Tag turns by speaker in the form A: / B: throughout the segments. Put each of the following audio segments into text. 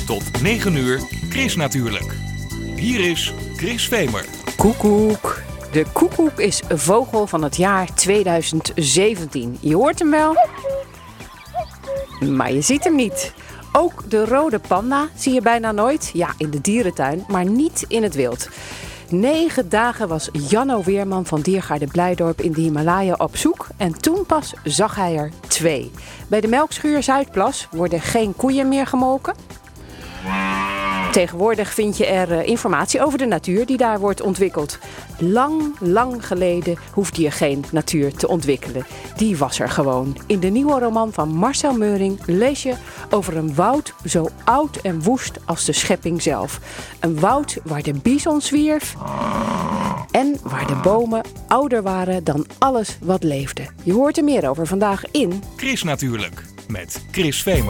A: tot 9 uur Chris Natuurlijk. Hier is Chris Vemer.
B: Koekoek. De koekoek is een vogel van het jaar 2017. Je hoort hem wel, maar je ziet hem niet. Ook de rode panda zie je bijna nooit. Ja, in de dierentuin, maar niet in het wild. 9 dagen was Janno Weerman van Diergaarde Blijdorp in de Himalaya op zoek. En toen pas zag hij er 2. Bij de melkschuur Zuidplas worden geen koeien meer gemolken. Tegenwoordig vind je er informatie over de natuur die daar wordt ontwikkeld. Lang geleden hoefde je geen natuur te ontwikkelen. Die was er gewoon. In de nieuwe roman van Marcel Meuring lees je over een woud zo oud en woest als de schepping zelf. Een woud waar de bison zwierf en waar de bomen ouder waren dan alles wat leefde. Je hoort er meer over vandaag in
A: Chris Natuurlijk, met Chris Vemer.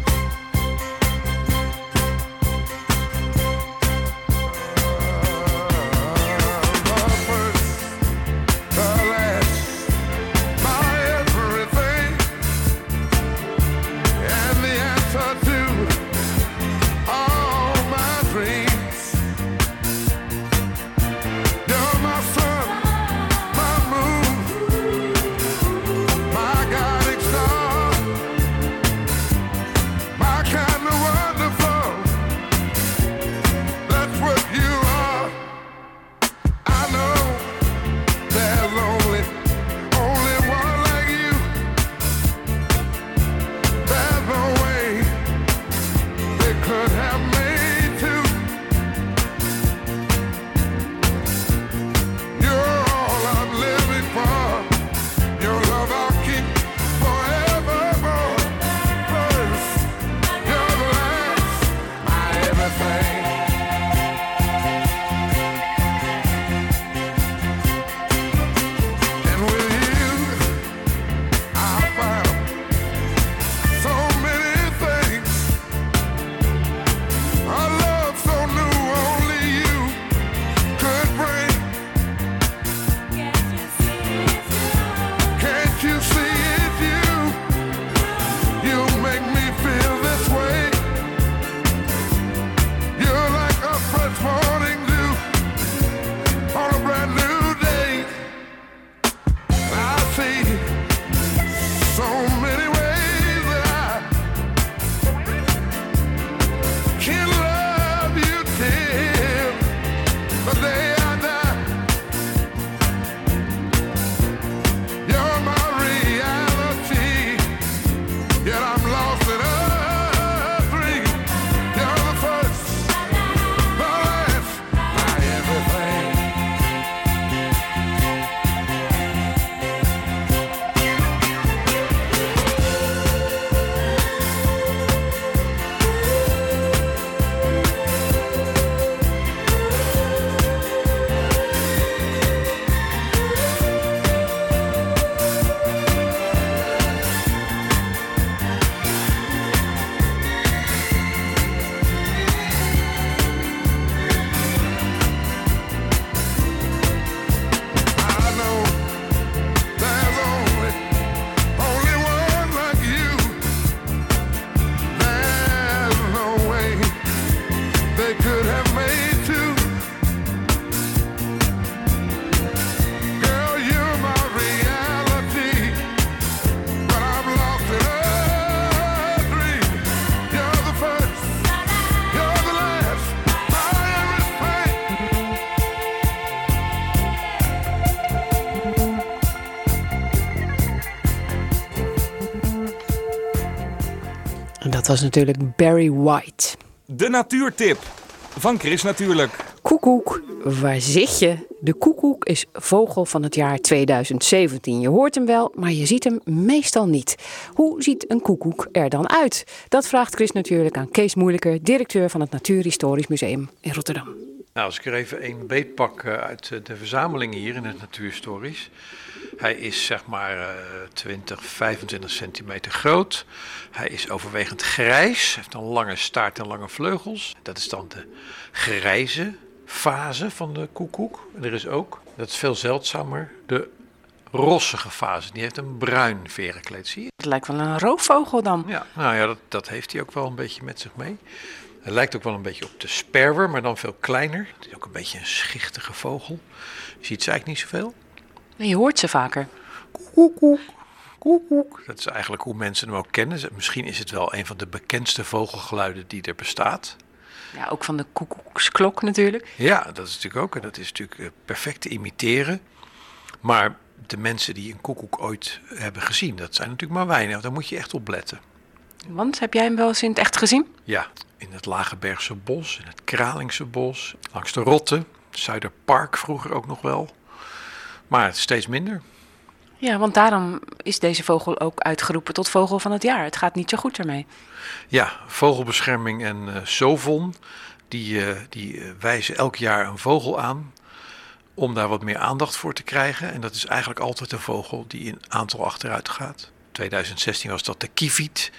B: Dat was natuurlijk Barry White.
A: De natuurtip van Chris Natuurlijk.
B: Koekoek, waar zit je? De koekoek is vogel van het jaar 2017. Je hoort hem wel, maar je ziet hem meestal niet. Hoe ziet een koekoek er dan uit? Dat vraagt Chris natuurlijk aan Kees Moeilijker, directeur van het Natuurhistorisch Museum in Rotterdam.
C: Nou, als ik er even een beetpak uit de verzameling hier in het Natuurhistorisch. Hij is zeg maar 20, 25 centimeter groot. Hij is overwegend grijs, heeft een lange staart en lange vleugels. Dat is dan de grijze fase van de koekoek. En er is ook, dat is veel zeldzamer, de rossige fase. Die heeft een bruin verenkleed, zie je?
B: Het lijkt wel een roofvogel dan.
C: Ja, nou ja, dat heeft hij ook wel een beetje met zich mee. Hij lijkt ook wel een beetje op de sperwer, maar dan veel kleiner. Het is ook een beetje een schichtige vogel. Je ziet ze eigenlijk niet zoveel.
B: Nee, je hoort ze vaker.
C: Koekoek, koekoek. Dat is eigenlijk hoe mensen hem ook kennen. Misschien is het wel een van de bekendste vogelgeluiden die er bestaat.
B: Ja, ook van de koekoeksklok natuurlijk.
C: Ja, dat is natuurlijk ook. En dat is natuurlijk perfect te imiteren. Maar de mensen die een koekoek ooit hebben gezien, dat zijn natuurlijk maar weinig. Daar moet je echt op letten.
B: Want, heb jij hem wel eens in het echt gezien?
C: Ja, in het Lagebergse bos, in het Kralingse bos, langs de Rotte, Zuiderpark vroeger ook nog wel. Maar steeds minder.
B: Ja, want daarom is deze vogel ook uitgeroepen tot vogel van het jaar. Het gaat niet zo goed ermee.
C: Ja, Vogelbescherming en Sovon, die wijzen elk jaar een vogel aan om daar wat meer aandacht voor te krijgen. En dat is eigenlijk altijd een vogel die in aantal achteruit gaat. 2016 was dat de kieviet,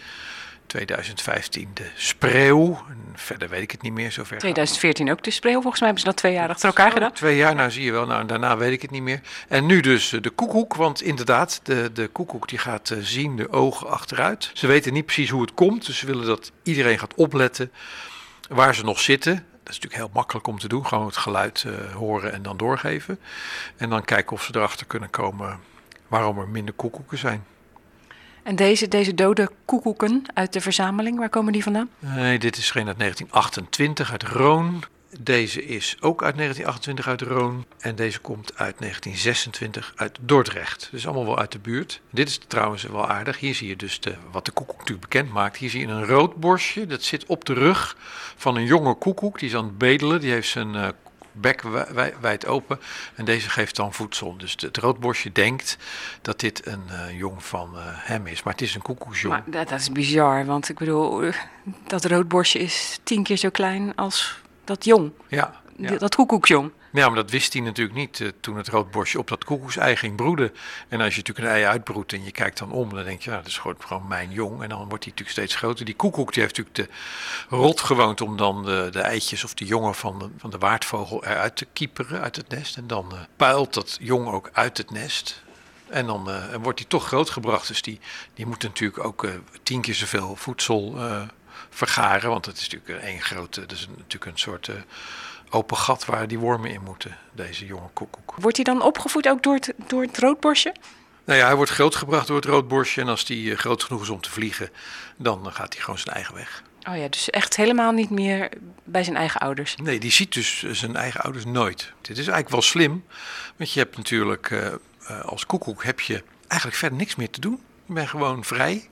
C: 2015 de spreeuw, en verder weet ik het niet meer zover.
B: 2014 ook de spreeuw, volgens mij hebben ze dat 2 jaar achter elkaar gedaan.
C: 2 jaar, nou zie je wel, nou daarna weet ik het niet meer. En nu dus de koekoek, want inderdaad, de koekoek die gaat zien, de ogen achteruit. Ze weten niet precies hoe het komt, dus ze willen dat iedereen gaat opletten waar ze nog zitten. Dat is natuurlijk heel makkelijk om te doen, gewoon het geluid horen en dan doorgeven. En dan kijken of ze erachter kunnen komen waarom er minder koekoeken zijn.
B: En deze dode koekoeken uit de verzameling, waar komen die vandaan?
C: Nee, dit is geen uit 1928 uit Roon. Deze is ook uit 1928 uit Roon. En deze komt uit 1926 uit Dordrecht. Dus allemaal wel uit de buurt. Dit is trouwens wel aardig. Hier zie je dus wat de koekoek natuurlijk bekend maakt. Hier zie je een roodborstje. Dat zit op de rug van een jonge koekoek. Die is aan het bedelen. Die heeft zijn bek wijd open en deze geeft dan voedsel. Dus het roodborstje denkt dat dit een jong van hem is, maar het is een koekoeksjong.
B: Maar dat is bizar, want ik bedoel, dat roodborstje is 10 keer zo klein als dat jong.
C: Ja.
B: Dat koekoeksjong.
C: Ja, maar dat wist hij natuurlijk niet toen het roodborstje op dat koekoeksei ging broeden. En als je natuurlijk een ei uitbroedt en je kijkt dan om, dan denk je, dat is gewoon mijn jong. En dan wordt hij natuurlijk steeds groter. Die koekoek die heeft natuurlijk de rot gewoond om dan de eitjes of de jongen van de waardvogel eruit te kieperen uit het nest. En dan puilt dat jong ook uit het nest. En dan wordt hij toch grootgebracht. Dus die moet natuurlijk ook 10 keer zoveel voedsel vergaren. Want het is natuurlijk één grote, dus natuurlijk een soort open gat waar die wormen in moeten, deze jonge koekoek.
B: Wordt hij dan opgevoed ook door het roodborstje?
C: Nou ja, hij wordt grootgebracht door het roodborstje en als die groot genoeg is om te vliegen, dan gaat hij gewoon zijn eigen weg.
B: Oh ja, dus echt helemaal niet meer bij zijn eigen ouders?
C: Nee, die ziet dus zijn eigen ouders nooit. Dit is eigenlijk wel slim, want je hebt natuurlijk als koekoek heb je eigenlijk verder niks meer te doen. Je bent gewoon vrij.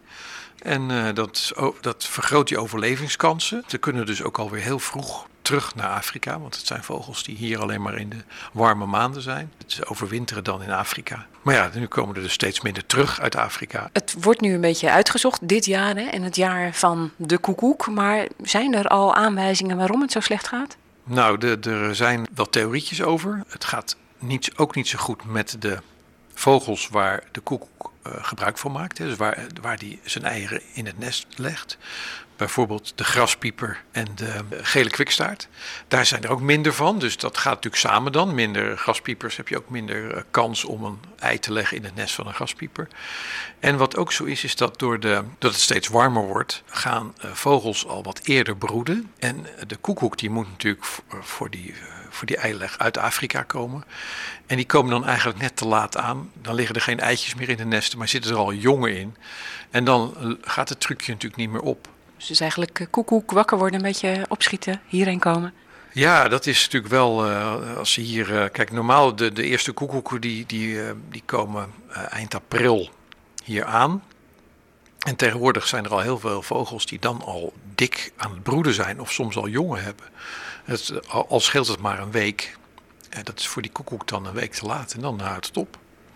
C: En dat vergroot je overlevingskansen. Ze kunnen dus ook alweer heel vroeg terug naar Afrika. Want het zijn vogels die hier alleen maar in de warme maanden zijn. Ze overwinteren dan in Afrika. Maar ja, nu komen er dus steeds minder terug uit Afrika.
B: Het wordt nu een beetje uitgezocht dit jaar, hè, in het jaar van de koekoek. Maar zijn er al aanwijzingen waarom het zo slecht gaat?
C: Nou, er zijn wel theorietjes over. Het gaat ook niet zo goed met de vogels waar de koekoek gebruik van maakt. Hè, dus waar die zijn eieren in het nest legt. Bijvoorbeeld de graspieper en de gele kwikstaart. Daar zijn er ook minder van, dus dat gaat natuurlijk samen dan. Minder graspiepers heb je ook minder kans om een ei te leggen in het nest van een graspieper. En wat ook zo is dat doordat het steeds warmer wordt, gaan vogels al wat eerder broeden. En de koekoek die moet natuurlijk voor die eileg uit Afrika komen. En die komen dan eigenlijk net te laat aan. Dan liggen er geen eitjes meer in de nesten, maar zitten er al jongen in. En dan gaat het trucje natuurlijk niet meer op.
B: Dus eigenlijk koekoek wakker worden, een beetje opschieten, hierheen komen.
C: Ja, dat is natuurlijk wel, als ze hier, kijk normaal de eerste koekoeken die komen eind april hier aan. En tegenwoordig zijn er al heel veel vogels die dan al dik aan het broeden zijn of soms al jongen hebben. Al scheelt het maar een week. Dat is voor die koekoek dan een week te laat en dan houdt het op.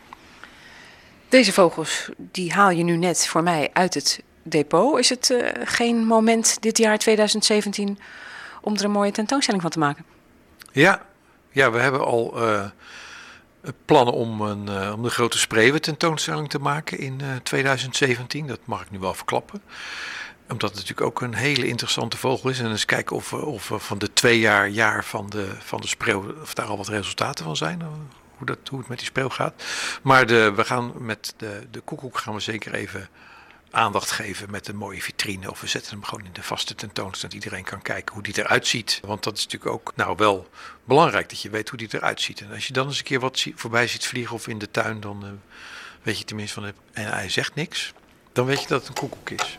B: Deze vogels, die haal je nu net voor mij uit het depot. Is het geen moment dit jaar 2017 om er een mooie tentoonstelling van te maken? Ja,
C: we hebben al plannen om de grote spreeuwen tentoonstelling te maken in 2017. Dat mag ik nu wel verklappen. Omdat het natuurlijk ook een hele interessante vogel is. En eens kijken of van de 2 jaar van de spreeuw, of daar al wat resultaten van zijn. Hoe het met die spreeuw gaat. Maar we gaan met de koekoek gaan we zeker even aandacht geven met een mooie vitrine. Of we zetten hem gewoon in de vaste tentoonstelling, dat iedereen kan kijken hoe die eruit ziet. Want dat is natuurlijk ook wel belangrijk dat je weet hoe die eruit ziet. En als je dan eens een keer wat voorbij ziet vliegen of in de tuin, dan weet je tenminste van en hij zegt niks. Dan weet je dat het een koekoek is.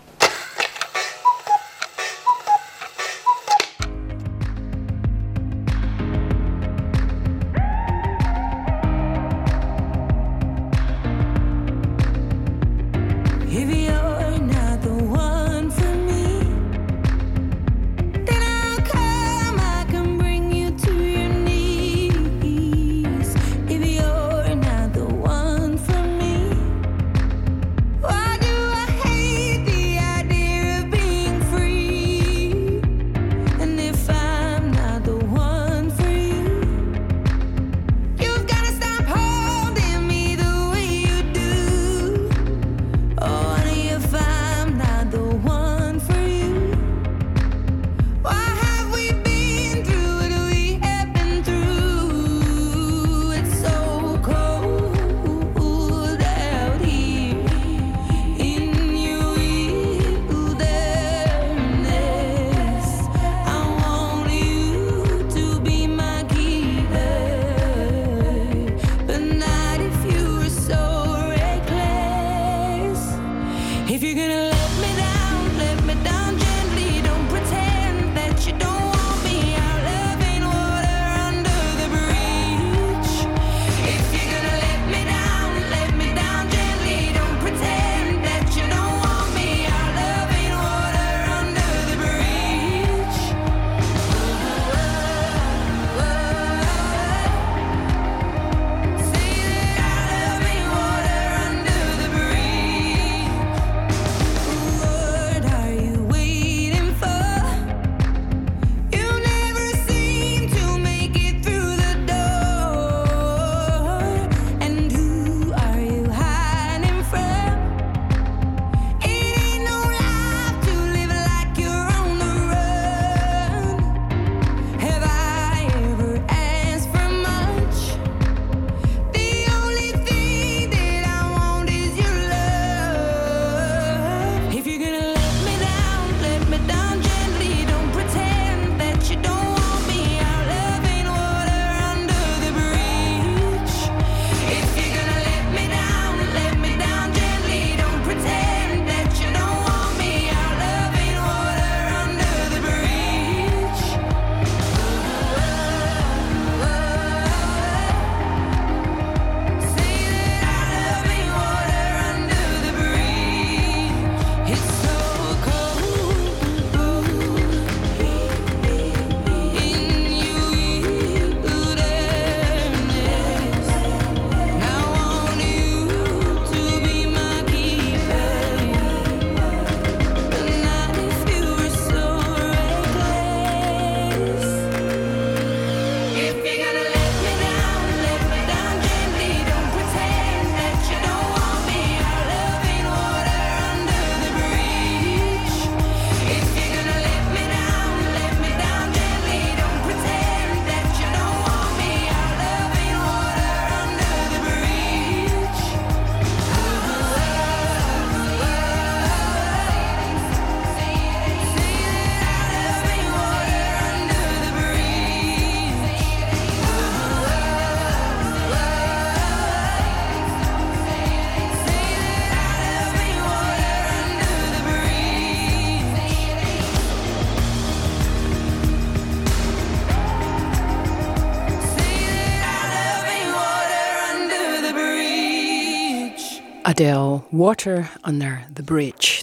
B: Adele, Water Under the Bridge.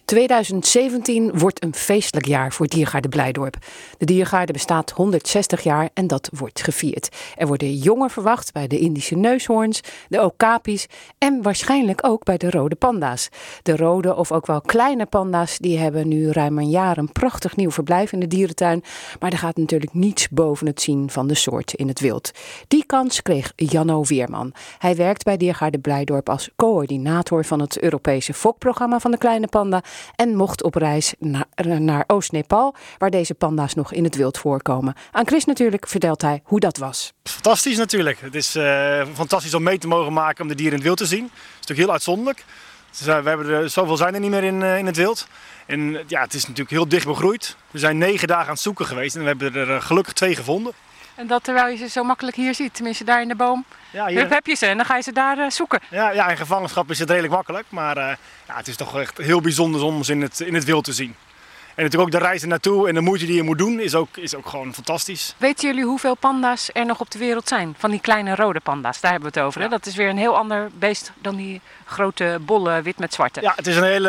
B: 2017 wordt een feestelijk jaar voor Diergaarde Blijdorp. De Diergaarde bestaat 160 jaar en dat wordt gevierd. Er worden jongen verwacht bij de Indische neushoorns, de okapis en waarschijnlijk ook bij de rode panda's. De rode of ook wel kleine panda's die hebben nu ruim een jaar een prachtig nieuw verblijf in de dierentuin. Maar er gaat natuurlijk niets boven het zien van de soort in het wild. Die kans kreeg Janno Weerman. Hij werkt bij Diergaarde Blijdorp als coördinator van het Europese fokprogramma van de kleine panda en mocht op reis naar Oost-Nepal, waar deze panda's nog in het wild voorkomen. Aan Chris natuurlijk vertelt hij hoe dat was.
D: Fantastisch natuurlijk. Het is fantastisch om mee te mogen maken om de dieren in het wild te zien. Het is natuurlijk heel uitzonderlijk. Dus, we hebben zoveel zijn er niet meer in het wild. En ja, het is natuurlijk heel dicht begroeid. We zijn 9 dagen aan het zoeken geweest en we hebben er gelukkig 2 gevonden.
B: En dat terwijl je ze zo makkelijk hier ziet, tenminste daar in de boom. Ja, hier heb je ze en dan ga je ze daar zoeken.
D: Ja, in gevangenschap is het redelijk makkelijk. Maar het is toch echt heel bijzonder om ze in het wild te zien. En natuurlijk ook de reis er naartoe en de moeite die je moet doen is ook gewoon fantastisch.
B: Weten jullie hoeveel panda's er nog op de wereld zijn? Van die kleine rode panda's, daar hebben we het over. Hè? Dat is weer een heel ander beest dan die grote bolle wit met zwarte.
D: Ja, het is een hele.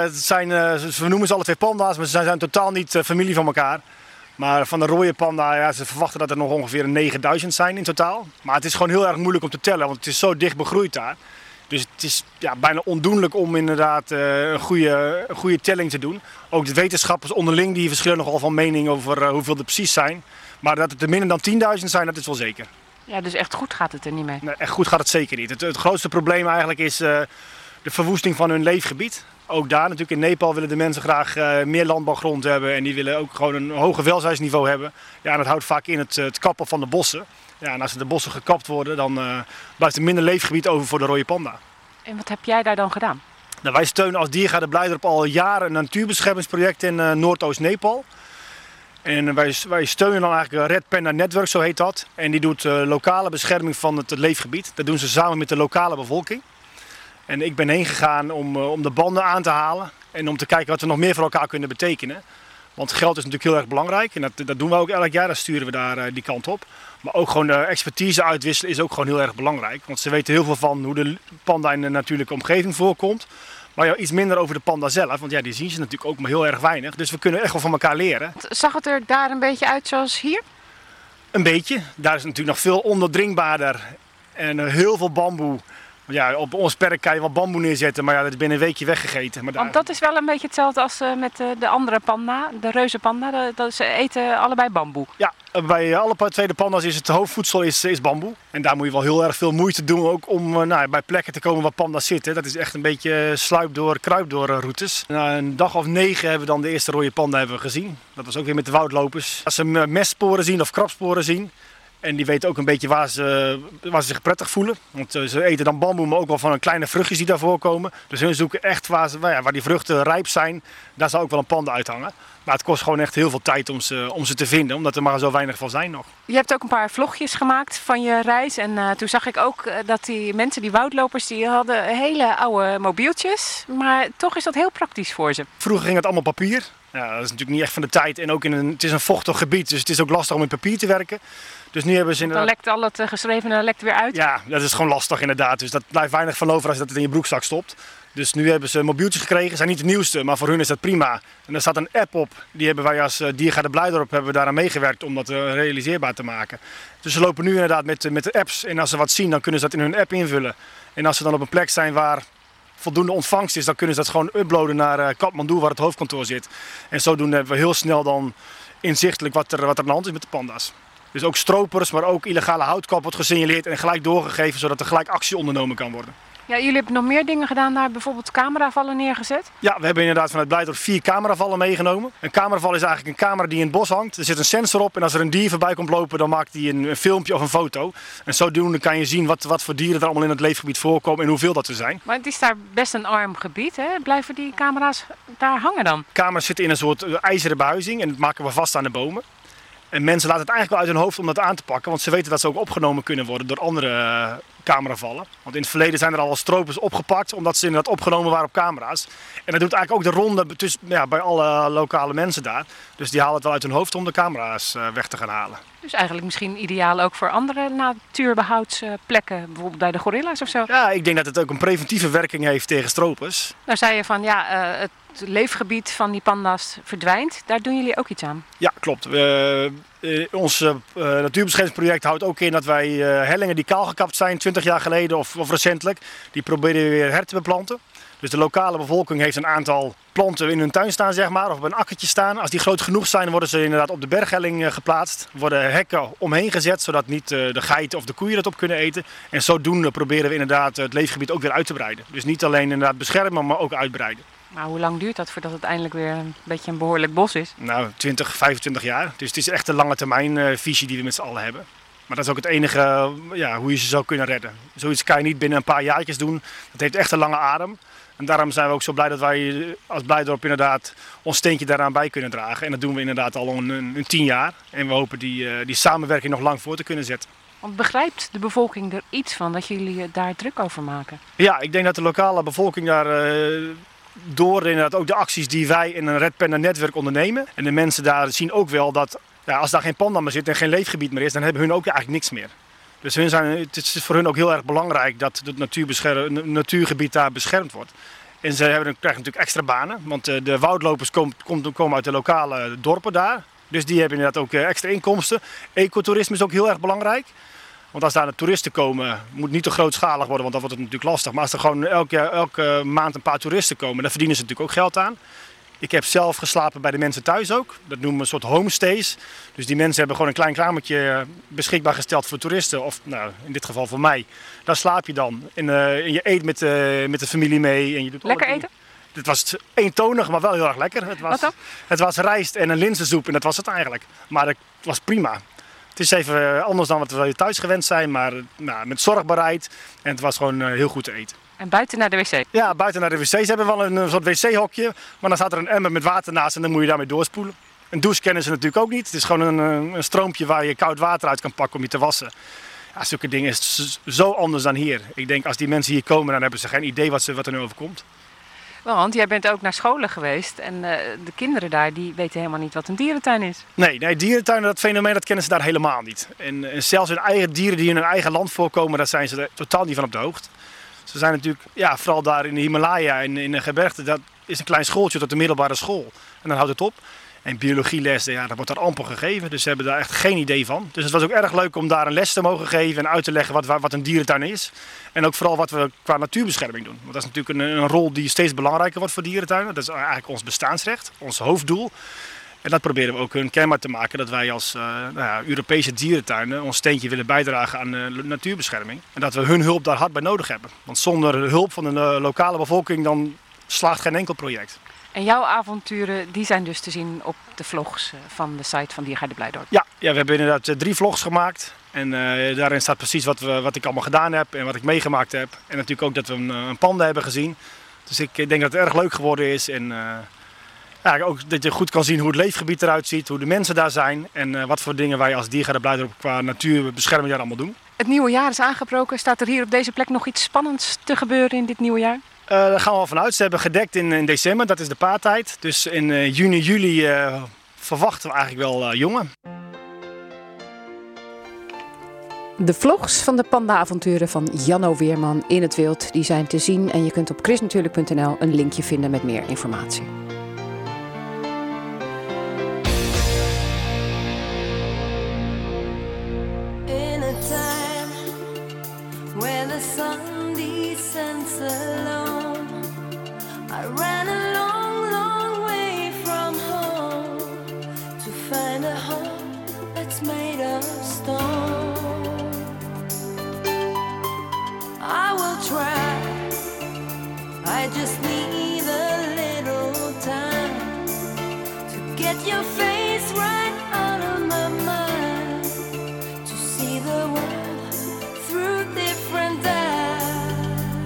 D: We noemen ze alle 2 panda's, maar ze zijn totaal niet familie van elkaar. Maar van de rode panda, ja, ze verwachten dat er nog ongeveer 9000 zijn in totaal. Maar het is gewoon heel erg moeilijk om te tellen, want het is zo dicht begroeid daar. Dus het is bijna ondoenlijk om inderdaad een goede telling te doen. Ook de wetenschappers onderling die verschillen nogal van mening over hoeveel er precies zijn. Maar dat het er minder dan 10.000 zijn, dat is wel zeker.
B: Ja, dus echt goed gaat het er niet mee?
D: Nee, echt goed gaat het zeker niet. Het grootste probleem eigenlijk is de verwoesting van hun leefgebied. Ook daar natuurlijk in Nepal willen de mensen graag meer landbouwgrond hebben. En die willen ook gewoon een hoger welzijnsniveau hebben. Ja, en dat houdt vaak in het kappen van de bossen. Ja, en als de bossen gekapt worden, dan blijft er minder leefgebied over voor de rode panda.
B: En wat heb jij daar dan gedaan?
D: Nou, wij steunen als Diergaarde Blijdorp al jaren een natuurbeschermingsproject in Noordoost-Nepal. En wij steunen dan eigenlijk Red Panda Network, zo heet dat. En die doet lokale bescherming van het leefgebied. Dat doen ze samen met de lokale bevolking. En ik ben heen gegaan om de banden aan te halen en om te kijken wat we nog meer voor elkaar kunnen betekenen. Want geld is natuurlijk heel erg belangrijk en dat doen we ook elk jaar, dan sturen we daar die kant op. Maar ook gewoon de expertise uitwisselen is ook gewoon heel erg belangrijk. Want ze weten heel veel van hoe de panda in de natuurlijke omgeving voorkomt. Maar ja, iets minder over de panda zelf, want ja, die zien ze natuurlijk ook maar heel erg weinig. Dus we kunnen echt wel van elkaar leren.
B: Zag het er daar een beetje uit zoals hier?
D: Een beetje. Daar is het natuurlijk nog veel ondoordringbaarder en heel veel bamboe. Ja, op ons perk kan je wel bamboe neerzetten, maar ja, dat is binnen een weekje weggegeten. Maar
B: want dat is wel een beetje hetzelfde als met de andere panda, de reuzenpanda. Ze eten allebei bamboe.
D: Ja, bij alle tweede panda's is het hoofdvoedsel is bamboe. En daar moet je wel heel erg veel moeite doen ook om bij plekken te komen waar panda's zitten. Dat is echt een beetje kruipdoor routes. Na een dag of 9 hebben we dan de eerste rode panda gezien. Dat was ook weer met de woudlopers. Als ze mestsporen zien of krabsporen zien. En die weten ook een beetje waar ze zich prettig voelen. Want ze eten dan bamboe, maar ook wel van een kleine vruchtjes die daarvoor komen. Dus hun zoeken echt waar die vruchten rijp zijn. Daar zou ook wel een panda uithangen. Maar het kost gewoon echt heel veel tijd om ze te vinden. Omdat er maar zo weinig van zijn nog.
B: Je hebt ook een paar vlogjes gemaakt van je reis. En toen zag ik ook dat die mensen, die woudlopers, die hadden hele oude mobieltjes. Maar toch is dat heel praktisch voor ze.
D: Vroeger ging het allemaal papier. Ja, dat is natuurlijk niet echt van de tijd. En ook het is een vochtig gebied, dus het is ook lastig om in papier te werken. Dus nu hebben ze inderdaad...
B: Dan lekt al het geschrevene weer uit?
D: Ja, dat is gewoon lastig inderdaad. Dus dat blijft weinig van over als je dat in je broekzak stopt. Dus nu hebben ze mobieltjes gekregen. Zijn niet de nieuwste, maar voor hun is dat prima. En er staat een app op. Die hebben wij als Diergaarde Blijdorp hebben we daaraan meegewerkt om dat realiseerbaar te maken. Dus ze lopen nu inderdaad met de apps. En als ze wat zien, dan kunnen ze dat in hun app invullen. En als ze dan op een plek zijn waar voldoende ontvangst is, dan kunnen ze dat gewoon uploaden naar Kathmandu, waar het hoofdkantoor zit. En zodoende hebben we heel snel dan inzichtelijk wat er aan de hand is met de panda's. Dus ook stropers, maar ook illegale houtkap wordt gesignaleerd en gelijk doorgegeven, zodat er gelijk actie ondernomen kan worden.
B: Ja, jullie hebben nog meer dingen gedaan daar, bijvoorbeeld cameravallen neergezet?
D: Ja, we hebben inderdaad vanuit Blijdorp 4 cameravallen meegenomen. Een cameraval is eigenlijk een camera die in het bos hangt. Er zit een sensor op en als er een dier voorbij komt lopen, dan maakt hij een filmpje of een foto. En zodoende kan je zien wat voor dieren er allemaal in het leefgebied voorkomen en hoeveel dat er zijn.
B: Maar het is daar best een arm gebied, hè? Blijven die camera's daar hangen dan?
D: Camera's zitten in een soort ijzeren behuizing en dat maken we vast aan de bomen. En mensen laten het eigenlijk wel uit hun hoofd om dat aan te pakken, want ze weten dat ze ook opgenomen kunnen worden door andere cameravallen. Want in het verleden zijn er al stropers opgepakt, omdat ze inderdaad opgenomen waren op camera's. En dat doet eigenlijk ook de ronde bij alle lokale mensen daar. Dus die halen het wel uit hun hoofd om de camera's weg te gaan halen.
B: Dus eigenlijk misschien ideaal ook voor andere natuurbehoudsplekken, bijvoorbeeld bij de gorilla's of zo?
D: Ja, ik denk dat het ook een preventieve werking heeft tegen stropers.
B: Nou zei je van het leefgebied van die panda's verdwijnt. Daar doen jullie ook iets aan?
D: Ja, klopt. Ons natuurbeschermingsproject houdt ook in dat wij hellingen die kaalgekapt zijn 20 jaar geleden of recentelijk, die proberen we weer her te beplanten. Dus de lokale bevolking heeft een aantal planten in hun tuin staan, zeg maar, of op een akkertje staan. Als die groot genoeg zijn, worden ze inderdaad op de berghelling geplaatst. Er worden hekken omheen gezet, zodat niet de geiten of de koeien dat op kunnen eten. En zodoende proberen we inderdaad het leefgebied ook weer uit te breiden. Dus niet alleen inderdaad beschermen, maar ook uitbreiden.
B: Maar hoe lang duurt dat voordat het eindelijk weer een beetje een behoorlijk bos is?
D: Nou, 20, 25 jaar. Dus het is echt een lange termijn visie die we met z'n allen hebben. Maar dat is ook het enige hoe je ze zou kunnen redden. Zoiets kan je niet binnen een paar jaartjes doen. Dat heeft echt een lange adem. En daarom zijn we ook zo blij dat wij als Blijdorp inderdaad ons steentje daaraan bij kunnen dragen. En dat doen we inderdaad al een 10 jaar. En we hopen die samenwerking nog lang voor te kunnen zetten.
B: Want begrijpt de bevolking er iets van dat jullie daar druk over maken?
D: Ja, ik denk dat de lokale bevolking daar door inderdaad ook de acties die wij in een Red Panda netwerk ondernemen. En de mensen daar zien ook wel dat als daar geen panda meer zit en geen leefgebied meer is, dan hebben hun ook eigenlijk niks meer. Dus het is voor hun ook heel erg belangrijk dat het natuurgebied daar beschermd wordt. En ze krijgen natuurlijk extra banen, want de woudlopers komen uit de lokale dorpen daar. Dus die hebben inderdaad ook extra inkomsten. Ecotourisme is ook heel erg belangrijk. Want als daar de toeristen komen, moet niet te grootschalig worden, want dan wordt het natuurlijk lastig. Maar als er gewoon elke maand een paar toeristen komen, dan verdienen ze natuurlijk ook geld aan. Ik heb zelf geslapen bij de mensen thuis ook. Dat noemen we een soort homestays. Dus die mensen hebben gewoon een klein kamertje beschikbaar gesteld voor toeristen. Of in dit geval voor mij. Daar slaap je dan. En je eet met de familie mee. En je doet
B: lekker eten?
D: Het was eentonig, maar wel heel erg lekker. Het was rijst en een linzensoep en dat was het eigenlijk. Maar het was prima. Het is even anders dan wat we thuis gewend zijn, maar met zorgbaarheid. En het was gewoon heel goed te eten.
B: En buiten naar de wc? Ja,
D: buiten naar de wc's. Ze hebben wel een soort wc-hokje, maar dan staat er een emmer met water naast en dan moet je daarmee doorspoelen. Een douche kennen ze natuurlijk ook niet. Het is gewoon een stroompje waar je koud water uit kan pakken om je te wassen. Ja, zulke dingen is zo anders dan hier. Ik denk als die mensen hier komen, dan hebben ze geen idee wat er nu overkomt.
B: Want jij bent ook naar scholen geweest en de kinderen daar die weten helemaal niet wat een dierentuin is.
D: Nee, dierentuinen, dat fenomeen, dat kennen ze daar helemaal niet. En zelfs hun eigen dieren die in hun eigen land voorkomen, daar zijn ze er totaal niet van op de hoogte. Ze zijn natuurlijk, vooral daar in de Himalaya en in de gebergten, dat is een klein schooltje tot de middelbare school. En dan houdt het op. En biologieles, dat wordt daar amper gegeven, dus ze hebben daar echt geen idee van. Dus het was ook erg leuk om daar een les te mogen geven en uit te leggen wat een dierentuin is. En ook vooral wat we qua natuurbescherming doen. Want dat is natuurlijk een rol die steeds belangrijker wordt voor dierentuinen. Dat is eigenlijk ons bestaansrecht, ons hoofddoel. En dat proberen we ook een kenbaar te maken dat wij als Europese dierentuinen ons steentje willen bijdragen aan natuurbescherming. En dat we hun hulp daar hard bij nodig hebben. Want zonder hulp van de lokale bevolking dan slaagt geen enkel project.
B: En jouw avonturen die zijn dus te zien op de vlogs van de site van Diergaarde Blijdorp?
D: Ja, we hebben inderdaad 3 vlogs gemaakt. En daarin staat precies wat ik allemaal gedaan heb en wat ik meegemaakt heb. En natuurlijk ook dat we een panda hebben gezien. Dus ik denk dat het erg leuk geworden is. En ook dat je goed kan zien hoe het leefgebied eruit ziet, hoe de mensen daar zijn. En wat voor dingen wij als Diergaarde Blijdorp qua natuurbescherming daar allemaal doen.
B: Het nieuwe jaar is aangebroken. Staat er hier op deze plek nog iets spannends te gebeuren in dit nieuwe jaar?
D: Daar gaan we al vanuit. Ze hebben gedekt in december, dat is de paartijd. Dus in juni, juli verwachten we eigenlijk wel jongen.
B: De vlogs van de panda-avonturen van Janno Weerman in het wild die zijn te zien. En je kunt op chrisnatuurlijk.nl een linkje vinden met meer informatie.
E: In a time when the sun descends alone, I ran a long, long way from home to find a home that's made of stone. I will try, I just need a little time to get your face right out of my mind, to see the world through different eyes.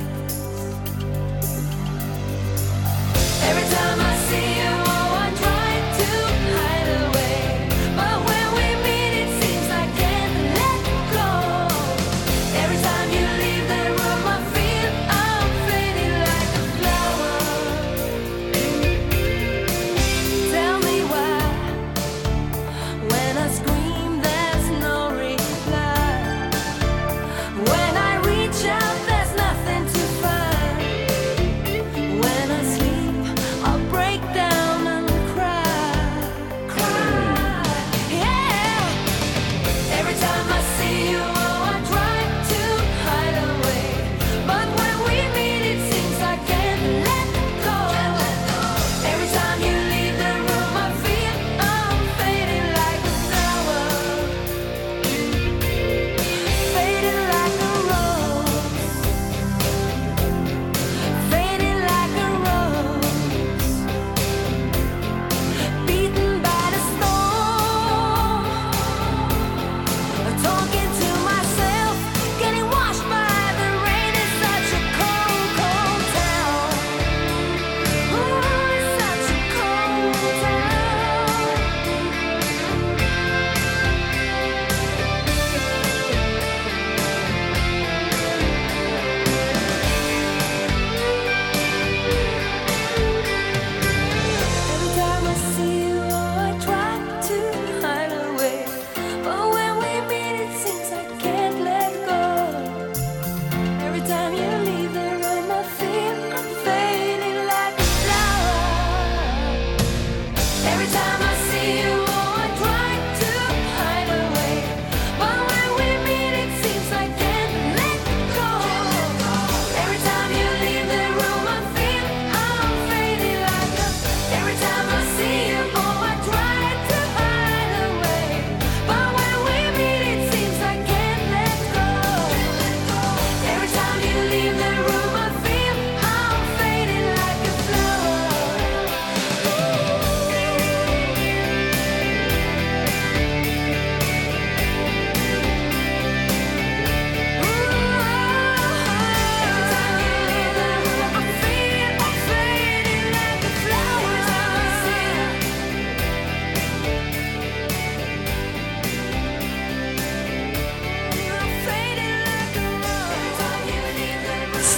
E: Every time I see you, oh, I try to hide away, but when we meet it seems I can't let go. Every time you leave the room I feel I'm fading like a flower. Tell me why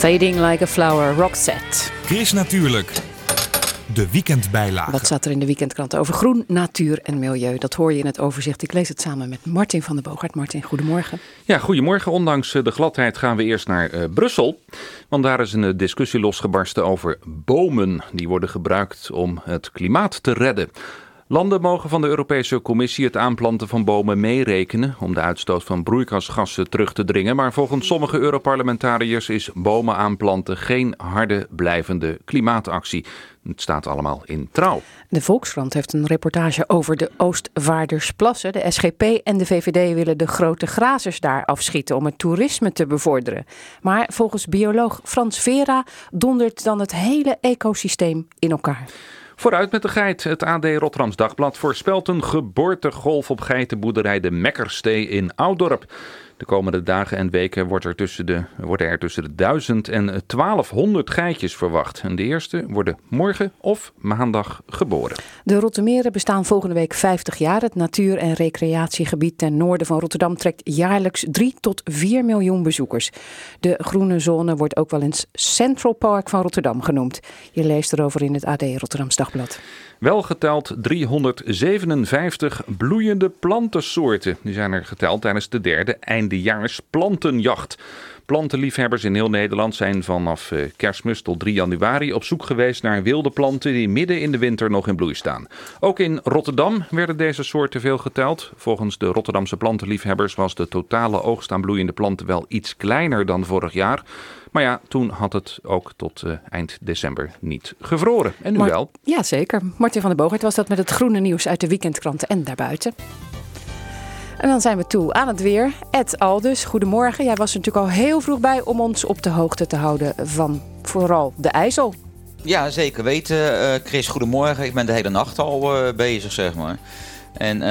B: Fading Like a Flower, Roxette.
A: Chris Natuurlijk. De weekendbijlage.
B: Wat staat er in de weekendkrant over groen, natuur en milieu? Dat hoor je in het overzicht. Ik lees het samen met Martin van den Boogaard. Martin, goedemorgen.
F: Ja, goedemorgen. Ondanks de gladheid gaan we eerst naar Brussel. Want daar is een discussie losgebarsten over bomen. Die worden gebruikt om het klimaat te redden. Landen mogen van de Europese Commissie het aanplanten van bomen meerekenen om de uitstoot van broeikasgassen terug te dringen. Maar volgens sommige Europarlementariërs is bomen aanplanten geen harde blijvende klimaatactie. Het staat allemaal in Trouw.
B: De Volkskrant heeft een reportage over de Oostvaardersplassen. De SGP en de VVD willen de grote grazers daar afschieten om het toerisme te bevorderen. Maar volgens bioloog Frans Vera dondert dan het hele ecosysteem in elkaar.
F: Vooruit met de geit. Het AD Rotterdams Dagblad voorspelt een geboortegolf op geitenboerderij de Mekkerstee in Ouddorp. De komende dagen en weken worden er tussen de 1000 en 1200 geitjes verwacht. En de eerste worden morgen of maandag geboren.
B: De Rottermeren bestaan volgende week 50 jaar. Het natuur- en recreatiegebied ten noorden van Rotterdam trekt jaarlijks 3 tot 4 miljoen bezoekers. De groene zone wordt ook wel eens Central Park van Rotterdam genoemd. Je leest erover in het AD Rotterdams Dagblad.
F: Wel geteld 357 bloeiende plantensoorten. Die zijn er geteld tijdens de derde eindejaars plantenjacht. Plantenliefhebbers in heel Nederland zijn vanaf Kerstmis tot 3 januari op zoek geweest naar wilde planten die midden in de winter nog in bloei staan. Ook in Rotterdam werden deze soorten veel geteld. Volgens de Rotterdamse plantenliefhebbers was de totale oogst aan bloeiende planten wel iets kleiner dan vorig jaar. Maar ja, toen had het ook tot eind december niet gevroren. En nu wel.
B: Ja, zeker. Martin van den Boogaard was dat met het groene nieuws uit de weekendkranten en daarbuiten. En dan zijn we toe aan het weer. Ed Aldus, goedemorgen. Jij was er natuurlijk al heel vroeg bij om ons op de hoogte te houden van vooral de IJssel.
G: Ja, zeker weten. Chris, goedemorgen. Ik ben de hele nacht al bezig, zeg maar. En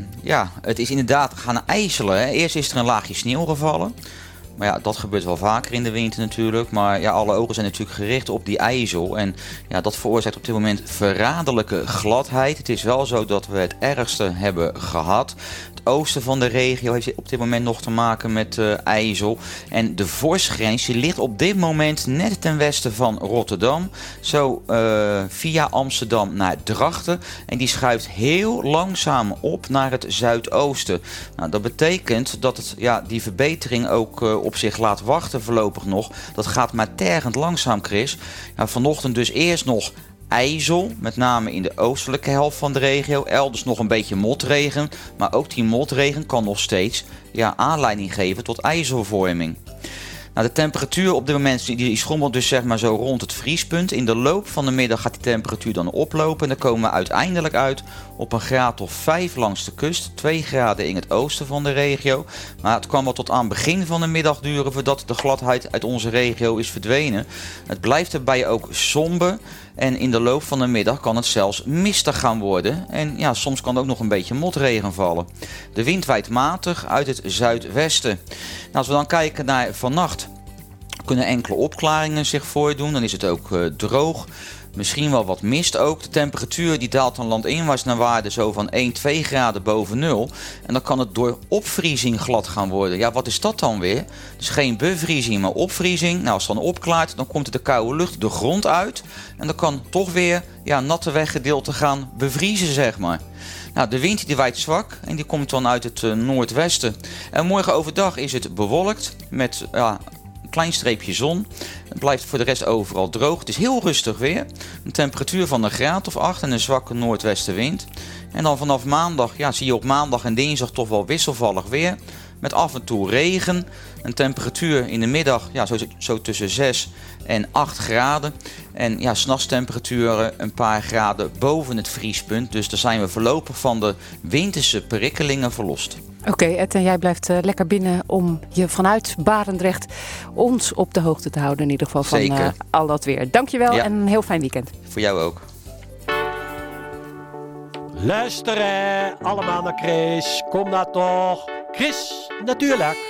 G: het is inderdaad gaan ijselen. Hè. Eerst is er een laagje sneeuw gevallen. Maar ja, dat gebeurt wel vaker in de winter natuurlijk. Maar ja, alle ogen zijn natuurlijk gericht op die IJssel. En ja, dat veroorzaakt op dit moment verraderlijke gladheid. Het is wel zo dat we het ergste hebben gehad. Het oosten van de regio heeft op dit moment nog te maken met IJssel. En de vorstgrens die ligt op dit moment net ten westen van Rotterdam. Zo via Amsterdam naar Drachten. En die schuift heel langzaam op naar het zuidoosten. Nou, dat betekent dat die verbetering ook op zich laat wachten voorlopig nog. Dat gaat maar tergend langzaam, Chris. Nou, vanochtend dus eerst nog IJssel, met name in de oostelijke helft van de regio. Elders nog een beetje motregen. Maar ook die motregen kan nog steeds aanleiding geven tot ijzelvorming. Nou, de temperatuur op dit moment die schommelt dus zeg maar zo rond het vriespunt. In de loop van de middag gaat die temperatuur dan oplopen. En dan komen we uiteindelijk uit op een graad of 5 langs de kust. 2 graden in het oosten van de regio. Maar het kwam wel tot aan het begin van de middag duren voordat de gladheid uit onze regio is verdwenen. Het blijft erbij ook somber. En in de loop van de middag kan het zelfs mistig gaan worden. En ja, soms kan er ook nog een beetje motregen vallen. De wind waait matig uit het zuidwesten. Nou, als we dan kijken naar vannacht, kunnen enkele opklaringen zich voordoen. Dan is het ook droog. Misschien wel wat mist ook. De temperatuur die daalt dan landinwaarts naar waarde zo van 1-2 graden boven nul. En dan kan het door opvriezing glad gaan worden. Ja, wat is dat dan weer? Dus geen bevriezing, maar opvriezing. Nou, als het dan opklaart, dan komt de koude lucht de grond uit. En dan kan toch weer natte weggedeelte gaan bevriezen, zeg maar. Nou, de wind die waait zwak en die komt dan uit het noordwesten. En morgen overdag is het bewolkt met een klein streepje zon. Het blijft voor de rest overal droog. Het is heel rustig weer. Een temperatuur van een graad of 8 en een zwakke noordwestenwind. En dan vanaf maandag zie je op maandag en dinsdag toch wel wisselvallig weer. Met af en toe regen. Een temperatuur in de middag zo tussen 6 en 8 graden. En 's nachts temperaturen een paar graden boven het vriespunt. Dus daar zijn we voorlopig van de winterse prikkelingen verlost.
B: Oké, Ed, en jij blijft lekker binnen om je vanuit Barendrecht ons op de hoogte te houden. In ieder geval van al dat weer. Dankjewel en een heel fijn weekend.
G: Voor jou ook.
H: Luisteren allemaal naar Chris. Kom nou toch. Chris, natuurlijk.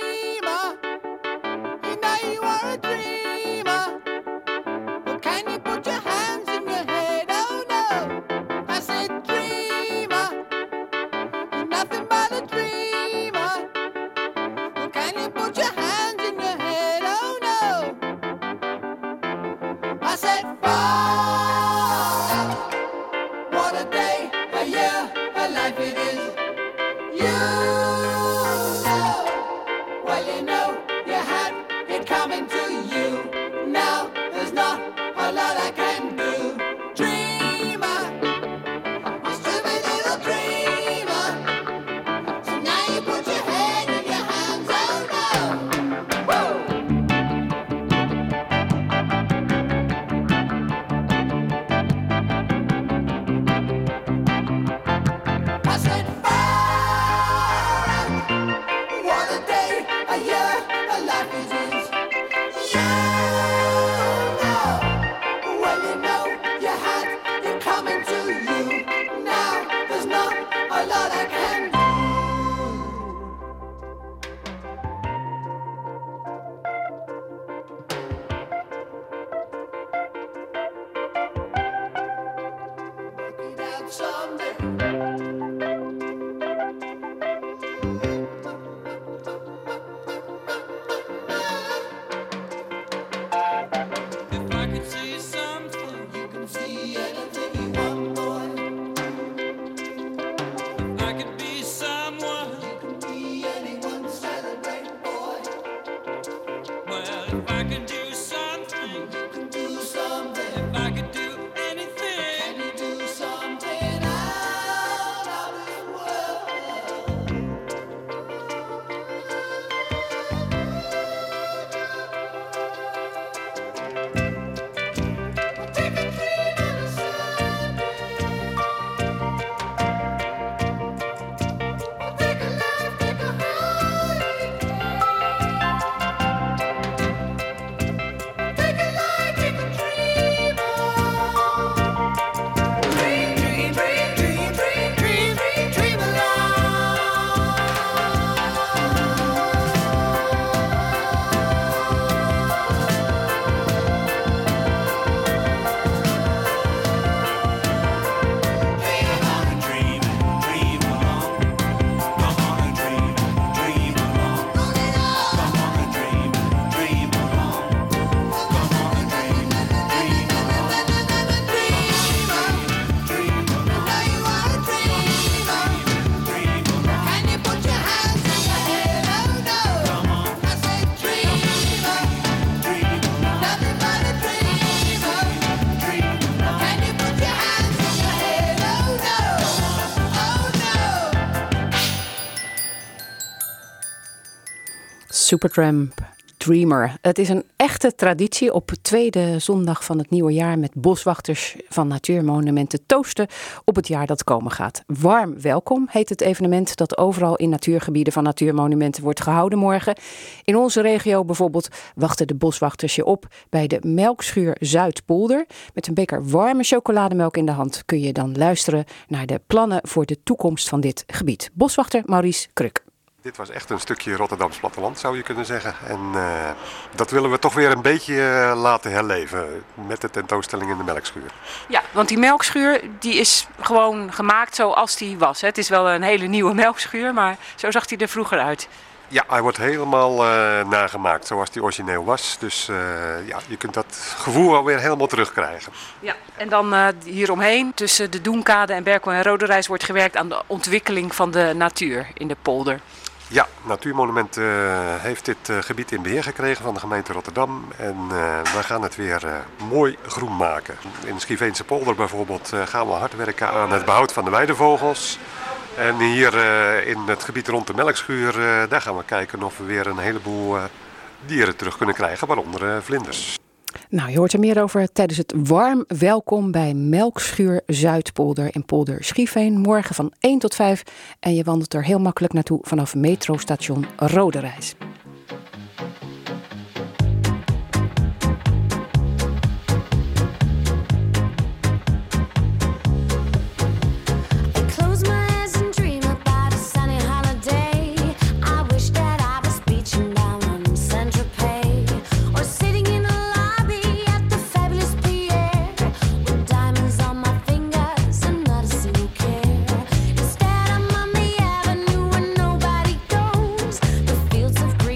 B: Supertramp, Dreamer. Het is een echte traditie op de tweede zondag van het nieuwe jaar met boswachters van natuurmonumenten toosten op het jaar dat komen gaat. Warm welkom heet het evenement dat overal in natuurgebieden van natuurmonumenten wordt gehouden morgen. In onze regio bijvoorbeeld wachten de boswachters je op bij de Melkschuur Zuidpolder. Met een beker warme chocolademelk in de hand kun je dan luisteren naar de plannen voor de toekomst van dit gebied. Boswachter Maurice Kruk.
I: Dit was echt een stukje Rotterdams platteland, zou je kunnen zeggen. En dat willen we toch weer een beetje laten herleven met de tentoonstelling in de Melkschuur.
B: Ja, want die melkschuur die is gewoon gemaakt zoals die was. Hè? Het is wel een hele nieuwe melkschuur, maar zo zag hij er vroeger uit.
I: Ja, hij wordt helemaal nagemaakt zoals die origineel was. Dus ja, je kunt dat gevoel alweer helemaal terugkrijgen.
B: Ja, en dan hieromheen tussen de Doenkade en Berkel en Roderijs wordt gewerkt aan de ontwikkeling van de natuur in de polder.
I: Ja, Natuurmonument heeft dit gebied in beheer gekregen van de gemeente Rotterdam. En wij gaan het weer mooi groen maken. In de Schiveense polder bijvoorbeeld gaan we hard werken aan het behoud van de weidevogels. En hier in het gebied rond de Melkschuur, daar gaan we kijken of we weer een heleboel dieren terug kunnen krijgen, waaronder vlinders.
B: Nou, je hoort er meer over tijdens het warm welkom bij Melkschuur Zuidpolder in Polder Schieveen. Morgen van 1 tot 5 en je wandelt er heel makkelijk naartoe vanaf metrostation Roderijs.
E: Fields of green.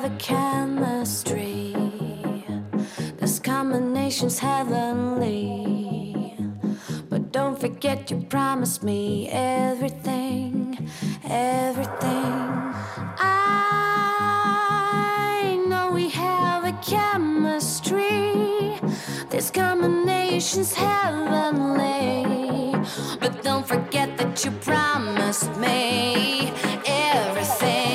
E: have a chemistry. This combination's heavenly. But don't forget you promised me everything, everything. I know we have a chemistry. This combination's heavenly. But don't forget that you promised me everything.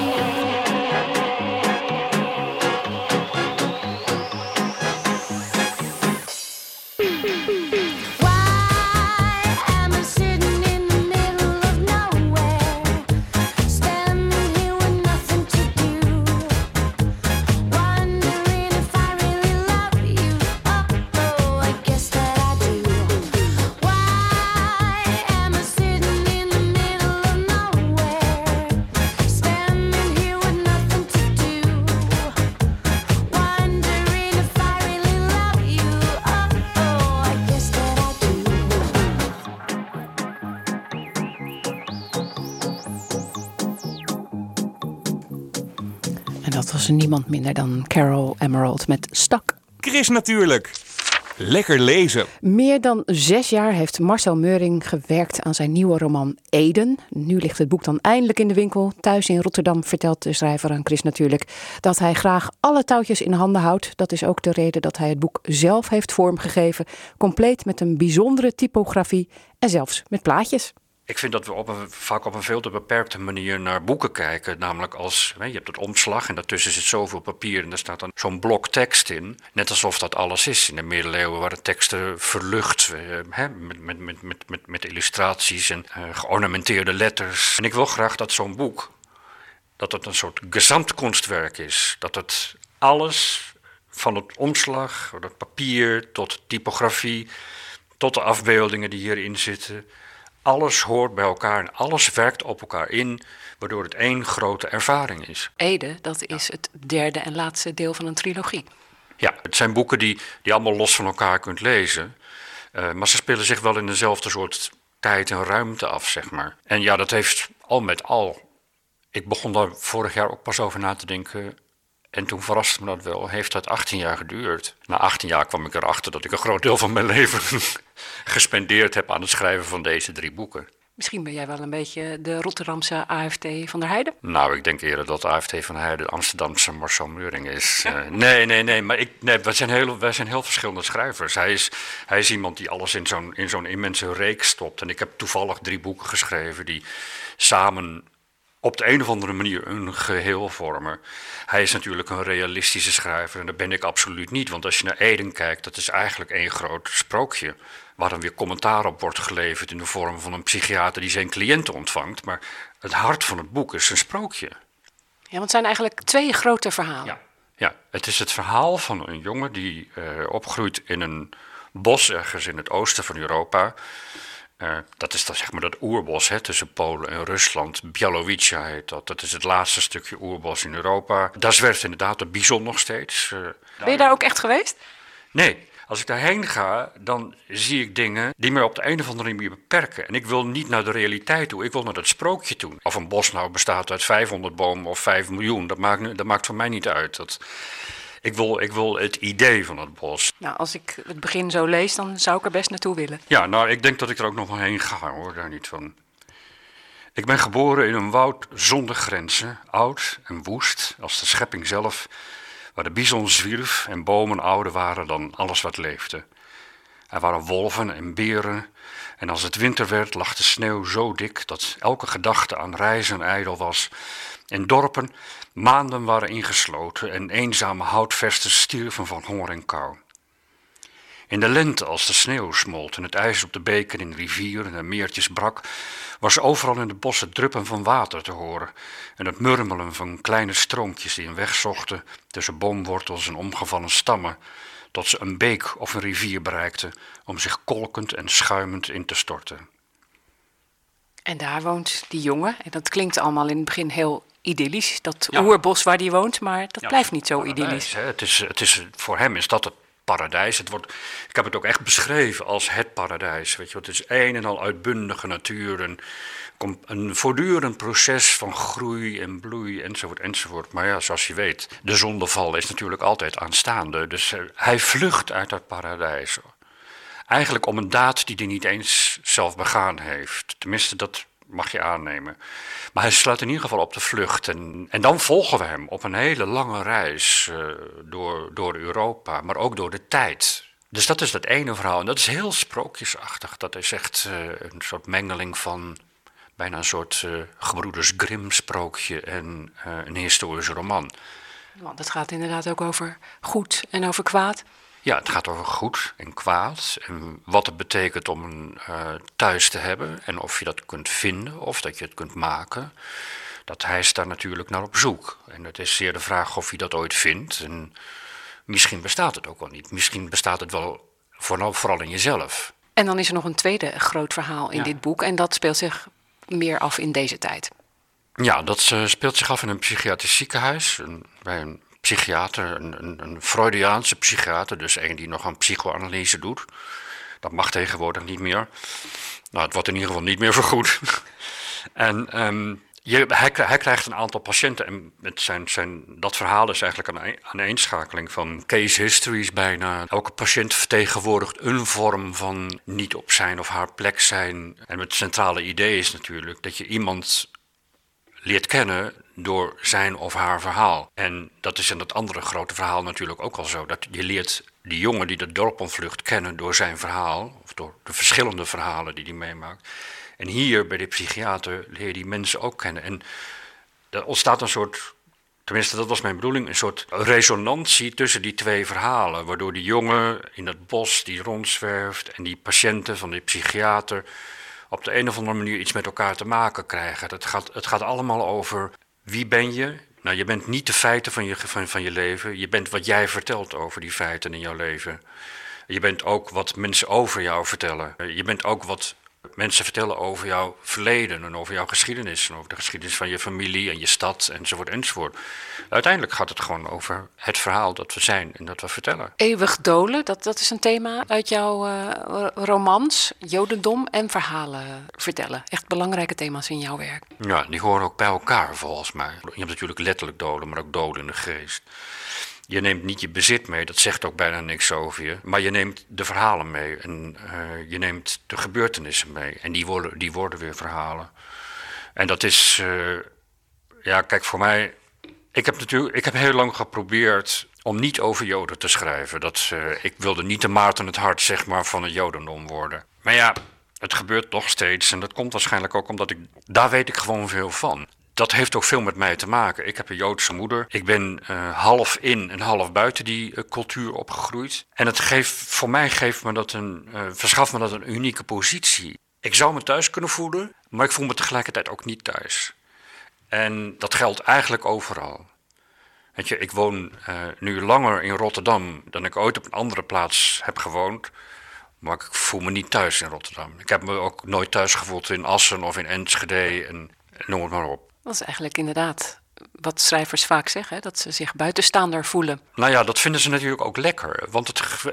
B: Dat was niemand minder dan Carol Emerald met Stak.
A: Chris natuurlijk. Lekker lezen.
B: Meer dan 6 jaar heeft Marcel Meuring gewerkt aan zijn nieuwe roman Eden. Nu ligt het boek dan eindelijk in de winkel. Thuis in Rotterdam vertelt de schrijver aan Chris natuurlijk dat hij graag alle touwtjes in handen houdt. Dat is ook de reden dat hij het boek zelf heeft vormgegeven. Compleet met een bijzondere typografie en zelfs met plaatjes.
J: Ik vind dat we vaak op een veel te beperkte manier naar boeken kijken. Namelijk als, je hebt het omslag en daartussen zit zoveel papier en daar staat dan zo'n blok tekst in. Net alsof dat alles is. In de middeleeuwen waren teksten verlucht met illustraties en geornamenteerde letters. En ik wil graag dat zo'n boek, dat het een soort gezamtkunstwerk is. Dat het alles van het omslag, het papier tot typografie, tot de afbeeldingen die hierin zitten. Alles hoort bij elkaar en alles werkt op elkaar in, waardoor het één grote ervaring is.
B: Ede, dat is het derde en laatste deel van een trilogie.
J: Ja, het zijn boeken die allemaal los van elkaar kunt lezen. Maar ze spelen zich wel in dezelfde soort tijd en ruimte af, zeg maar. En ja, dat heeft al met al. Ik begon daar vorig jaar ook pas over na te denken. En toen verraste me dat wel. Heeft dat 18 jaar geduurd. Na 18 jaar kwam ik erachter dat ik een groot deel van mijn leven gespendeerd heb aan het schrijven van deze 3 boeken.
B: Misschien ben jij wel een beetje de Rotterdamse AFT van der Heijden?
J: Nou, ik denk eerder dat de AFT van der Heijden de Amsterdamse Marcel Meuring is. Nee, maar wij zijn heel verschillende schrijvers. Hij is iemand die alles in zo'n immense reeks stopt. En ik heb toevallig 3 boeken geschreven die samen op de een of andere manier een geheel vormen. Hij is natuurlijk een realistische schrijver en dat ben ik absoluut niet. Want als je naar Eden kijkt, dat is eigenlijk één groot sprookje. Waar dan weer commentaar op wordt geleverd in de vorm van een psychiater die zijn cliënten ontvangt. Maar het hart van het boek is een sprookje.
B: Ja, want het zijn eigenlijk 2 grote verhalen.
J: Ja, het is het verhaal van een jongen die opgroeit in een bos ergens in het oosten van Europa. Dat is dan zeg maar dat oerbos tussen Polen en Rusland. Białowieża heet dat. Dat is het laatste stukje oerbos in Europa. Daar zwerft inderdaad de bison nog steeds.
B: Ben je daar ook echt geweest?
J: Nee. Als ik daarheen ga, dan zie ik dingen die me op de een of andere manier beperken. En ik wil niet naar de realiteit toe, ik wil naar dat sprookje toe. Of een bos nou bestaat uit 500 bomen of 5 miljoen, dat maakt voor mij niet uit. Ik wil het idee van het bos.
B: Nou, als ik het begin zo lees, dan zou ik er best naartoe willen.
J: Ja, nou, ik denk dat ik er ook nog wel heen ga, hoor, daar niet van. Ik ben geboren in een woud zonder grenzen, oud en woest als de schepping zelf, waar de bison zwierf en bomen ouder waren dan alles wat leefde. Er waren wolven en beren en als het winter werd lag de sneeuw zo dik dat elke gedachte aan reizen ijdel was. En dorpen maanden waren ingesloten en eenzame houtvesten stierven van honger en kou. In de lente, als de sneeuw smolt en het ijs op de beken in rivieren en meertjes brak, was overal in de bossen druppen van water te horen en het murmelen van kleine stroompjes die een weg zochten tussen boomwortels en omgevallen stammen, tot ze een beek of een rivier bereikten om zich kolkend en schuimend in te storten.
B: En daar woont die jongen, en dat klinkt allemaal in het begin heel idyllisch, dat oerbos waar die woont, maar dat blijft niet zo idyllisch.
J: Voor hem is dat het paradijs. Ik heb het ook echt beschreven als het paradijs. Weet je, het is een en al uitbundige natuur. Een voortdurend proces van groei en bloei enzovoort enzovoort. Maar ja, zoals je weet, de zondeval is natuurlijk altijd aanstaande. Dus hij vlucht uit dat paradijs. Eigenlijk om een daad die hij niet eens zelf begaan heeft. Tenminste, dat mag je aannemen. Maar hij slaat in ieder geval op de vlucht. En dan volgen we hem op een hele lange reis door Europa, maar ook door de tijd. Dus dat is dat ene verhaal. En dat is heel sprookjesachtig. Dat is echt een soort mengeling van bijna een soort Gebroeders Grimm sprookje en een historische roman.
B: Want het gaat inderdaad ook over goed en over kwaad.
J: Ja, het gaat over goed en kwaad en wat het betekent om een thuis te hebben en of je dat kunt vinden of dat je het kunt maken. Dat hij is daar natuurlijk naar op zoek. En het is zeer de vraag of je dat ooit vindt. En misschien bestaat het ook wel niet. Misschien bestaat het wel vooral in jezelf.
B: En dan is er nog een tweede groot verhaal in dit boek en dat speelt zich meer af in deze tijd.
J: Ja, dat speelt zich af in een psychiatrisch ziekenhuis, bij een psychiater, een Freudiaanse psychiater, dus een die nog aan psychoanalyse doet. Dat mag tegenwoordig niet meer. Nou, het wordt in ieder geval niet meer vergoed. En hij krijgt een aantal patiënten en dat verhaal is eigenlijk een aaneenschakeling van case histories bijna. Elke patiënt vertegenwoordigt een vorm van niet op zijn of haar plek zijn. En het centrale idee is natuurlijk dat je iemand leert kennen door zijn of haar verhaal. En dat is in dat andere grote verhaal natuurlijk ook al zo. Dat je leert die jongen die het dorp ontvlucht kennen door zijn verhaal. Of door de verschillende verhalen die hij meemaakt. En hier bij de psychiater leer je die mensen ook kennen. En er ontstaat een soort, tenminste dat was mijn bedoeling, een soort resonantie tussen die twee verhalen. Waardoor die jongen in het bos die rondzwerft en die patiënten van die psychiater op de een of andere manier iets met elkaar te maken krijgen. Het gaat allemaal over wie ben je? Nou, je bent niet de feiten van je leven. Je bent wat jij vertelt over die feiten in jouw leven. Je bent ook wat mensen over jou vertellen. Je bent ook wat mensen vertellen over jouw verleden en over jouw geschiedenis. En over de geschiedenis van je familie en je stad enzovoort enzovoort. Uiteindelijk gaat het gewoon over het verhaal dat we zijn en dat we vertellen.
B: Eeuwig dolen, dat is een thema uit jouw romans, Jodendom en verhalen vertellen. Echt belangrijke thema's in jouw werk.
J: Ja, die horen ook bij elkaar volgens mij. Je hebt natuurlijk letterlijk doden, maar ook doden in de geest. Je neemt niet je bezit mee, dat zegt ook bijna niks over je. Maar je neemt de verhalen mee en je neemt de gebeurtenissen mee. En die worden weer verhalen. En dat is, ja kijk voor mij, ik heb heel lang geprobeerd om niet over Joden te schrijven. Ik wilde niet de Maarten het hart zeg maar, van het Jodendom worden. Maar ja, het gebeurt nog steeds en dat komt waarschijnlijk ook omdat daar weet ik gewoon veel van. Dat heeft ook veel met mij te maken. Ik heb een Joodse moeder. Ik ben half in en half buiten die cultuur opgegroeid. En het verschaft me dat een unieke positie. Ik zou me thuis kunnen voelen, maar ik voel me tegelijkertijd ook niet thuis. En dat geldt eigenlijk overal. Weet je, ik woon nu langer in Rotterdam dan ik ooit op een andere plaats heb gewoond. Maar ik voel me niet thuis in Rotterdam. Ik heb me ook nooit thuis gevoeld in Assen of in Enschede en noem het maar op.
B: Dat is eigenlijk inderdaad wat schrijvers vaak zeggen, hè? Dat ze zich buitenstaander voelen.
J: Nou ja, dat vinden ze natuurlijk ook lekker. Want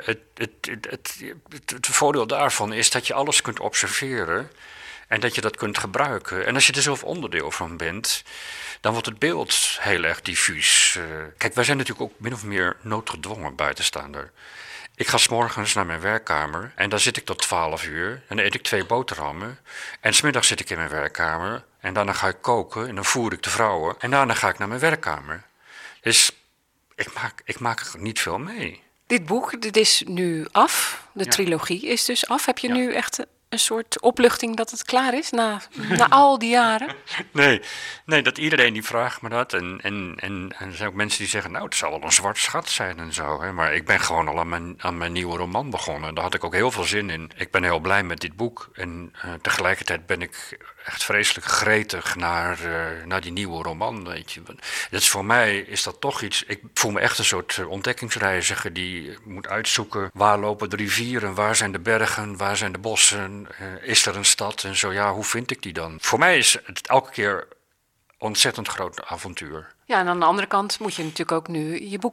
J: het voordeel daarvan is dat je alles kunt observeren en dat je dat kunt gebruiken. En als je er zelf onderdeel van bent, dan wordt het beeld heel erg diffuus. Kijk, wij zijn natuurlijk ook min of meer noodgedwongen buitenstaander. Ik ga 's morgens naar mijn werkkamer en daar zit ik tot 12 uur. En dan eet ik 2 boterhammen. En 's middags zit ik in mijn werkkamer. En daarna ga ik koken en dan voer ik de vrouwen. En daarna ga ik naar mijn werkkamer. Dus ik maak er niet veel mee.
B: Dit boek, dit is nu af. De trilogie is dus af. Heb je nu echt een soort opluchting dat het klaar is na al die jaren?
J: Nee, dat iedereen die vraagt me dat. En er zijn ook mensen die zeggen, nou, het zal wel een zwart schat zijn en zo. Hè. Maar ik ben gewoon al aan mijn nieuwe roman begonnen. Daar had ik ook heel veel zin in. Ik ben heel blij met dit boek. En tegelijkertijd ben ik echt vreselijk gretig naar die nieuwe roman. Weet je. Dus voor mij is dat toch iets. Ik voel me echt een soort ontdekkingsreiziger die moet uitzoeken waar lopen de rivieren, waar zijn de bergen, waar zijn de bossen. Is er een stad en zo, ja, hoe vind ik die dan? Voor mij is het elke keer ontzettend groot avontuur.
B: Ja, en aan de andere kant moet je natuurlijk ook nu je boek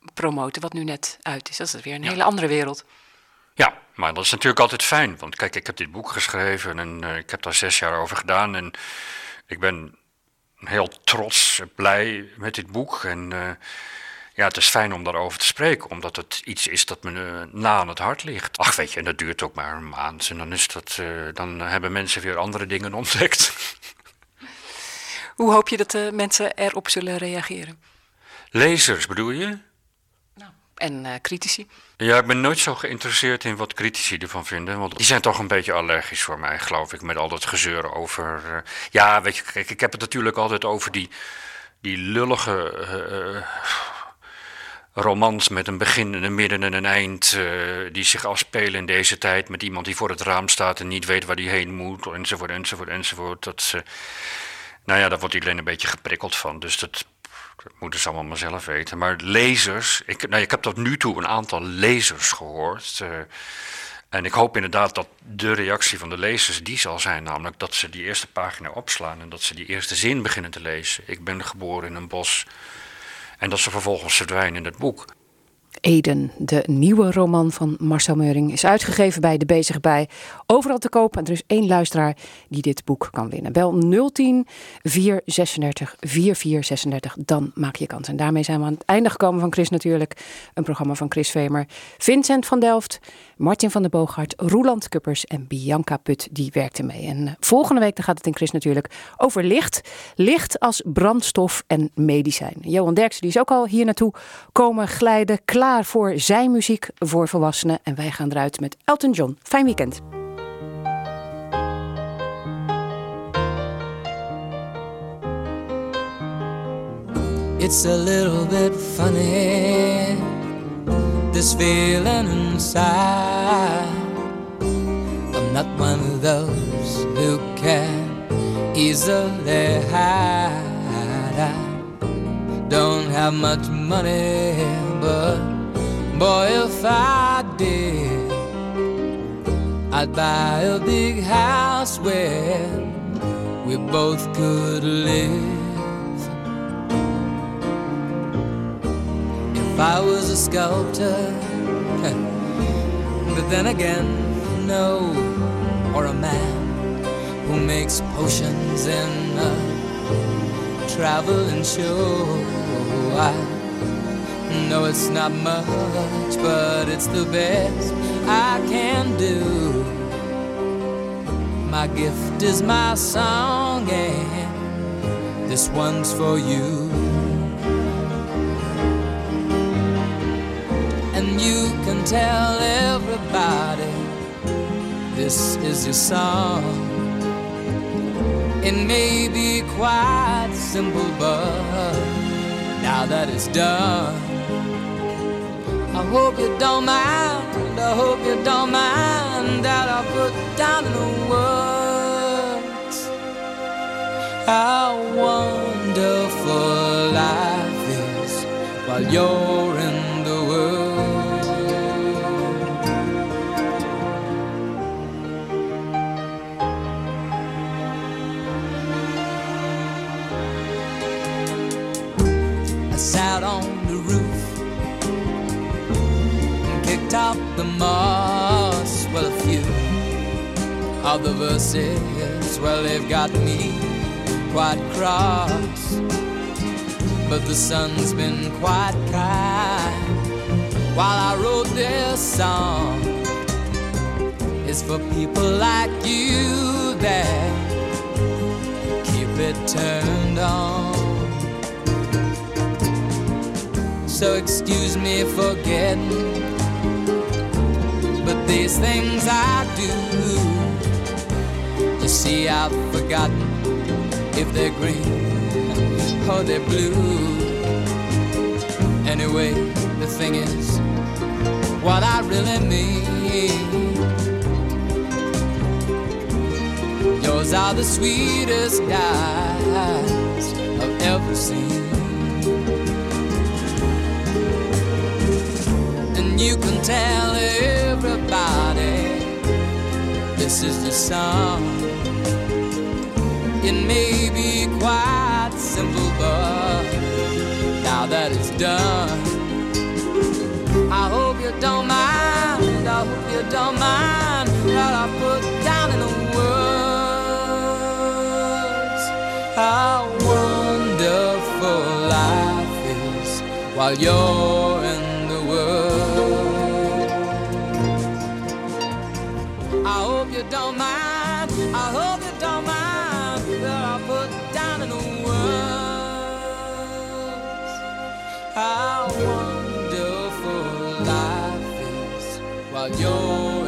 B: promoten wat nu net uit is. Dat is weer een hele andere wereld.
J: Ja, maar dat is natuurlijk altijd fijn. Want kijk, ik heb dit boek geschreven en ik heb daar 6 jaar over gedaan. En ik ben heel trots, blij met dit boek. En het is fijn om daarover te spreken. Omdat het iets is dat me na aan het hart ligt. Ach, weet je, en dat duurt ook maar een maand. En dan hebben mensen weer andere dingen ontdekt.
B: Hoe hoop je dat de mensen erop zullen reageren?
J: Lezers bedoel je?
B: En critici?
J: Ja, ik ben nooit zo geïnteresseerd in wat critici ervan vinden. Want die zijn toch een beetje allergisch voor mij, geloof ik. Met al dat gezeur over... weet je, kijk, ik heb het natuurlijk altijd over die lullige romans met een begin en een midden en een eind. Die zich afspelen in deze tijd met iemand die voor het raam staat en niet weet waar die heen moet. Enzovoort. Daar wordt iedereen een beetje geprikkeld van. Dus dat moeten ze allemaal maar zelf weten. Maar lezers, ik heb tot nu toe een aantal lezers gehoord. En ik hoop inderdaad dat de reactie van de lezers die zal zijn. Namelijk dat ze die eerste pagina opslaan en dat ze die eerste zin beginnen te lezen. Ik ben geboren in een bos. En dat ze vervolgens verdwijnen in het boek.
B: Eden, de nieuwe roman van Marcel Meuring, is uitgegeven bij De Bezige Bij. Overal te koop en er is 1 luisteraar die dit boek kan winnen. Bel 010 436 4436, dan maak je kans. En daarmee zijn we aan het einde gekomen van Chris Natuurlijk. Een programma van Chris Vemer, Vincent van Delft, Martin van der Boogaard, Roeland Kuppers en Bianca Put, die werkte mee. En volgende week dan gaat het in Chris Natuurlijk over licht. Licht als brandstof en medicijn. Johan Derksen die is ook al hier naartoe komen glijden, klaar voor zijn muziek voor volwassenen. En wij gaan eruit met Elton John. Fijn weekend.
K: It's a little bit funny, this feeling inside. I'm not one of those who can easily hide. I don't have much money, but boy, if I did, I'd buy a big house where we both could live. If I was a sculptor, but then again, no, or a man who makes potions in a traveling show. I know it's not much, but it's the best I can do. My gift is my song, and this one's for you. And you can tell everybody this is your song. It may be quite simple, but now that it's done, I hope you don't mind, I hope you don't mind that I put down in the words how wonderful life is while you're in the world. I sat on the roof and kicked out the moss. Well, a few of the verses, well, they've got me quite cross. But the sun's been quite kind while I wrote this song. It's for people like you that keep it turned on. So excuse me for getting, but these things I do, you see, I've forgotten if they're green or they're blue. Anyway, the thing is, what I really mean, yours are the sweetest eyes I've ever seen. And you can tell everybody this is the song. It may be quite simple, but now that it's done, don't mind, I hope you don't mind that I put down in the words how wonderful life is while you're in the world. I hope you don't mind, I hope you don't mind that I put down in the words how wonderful life is while you're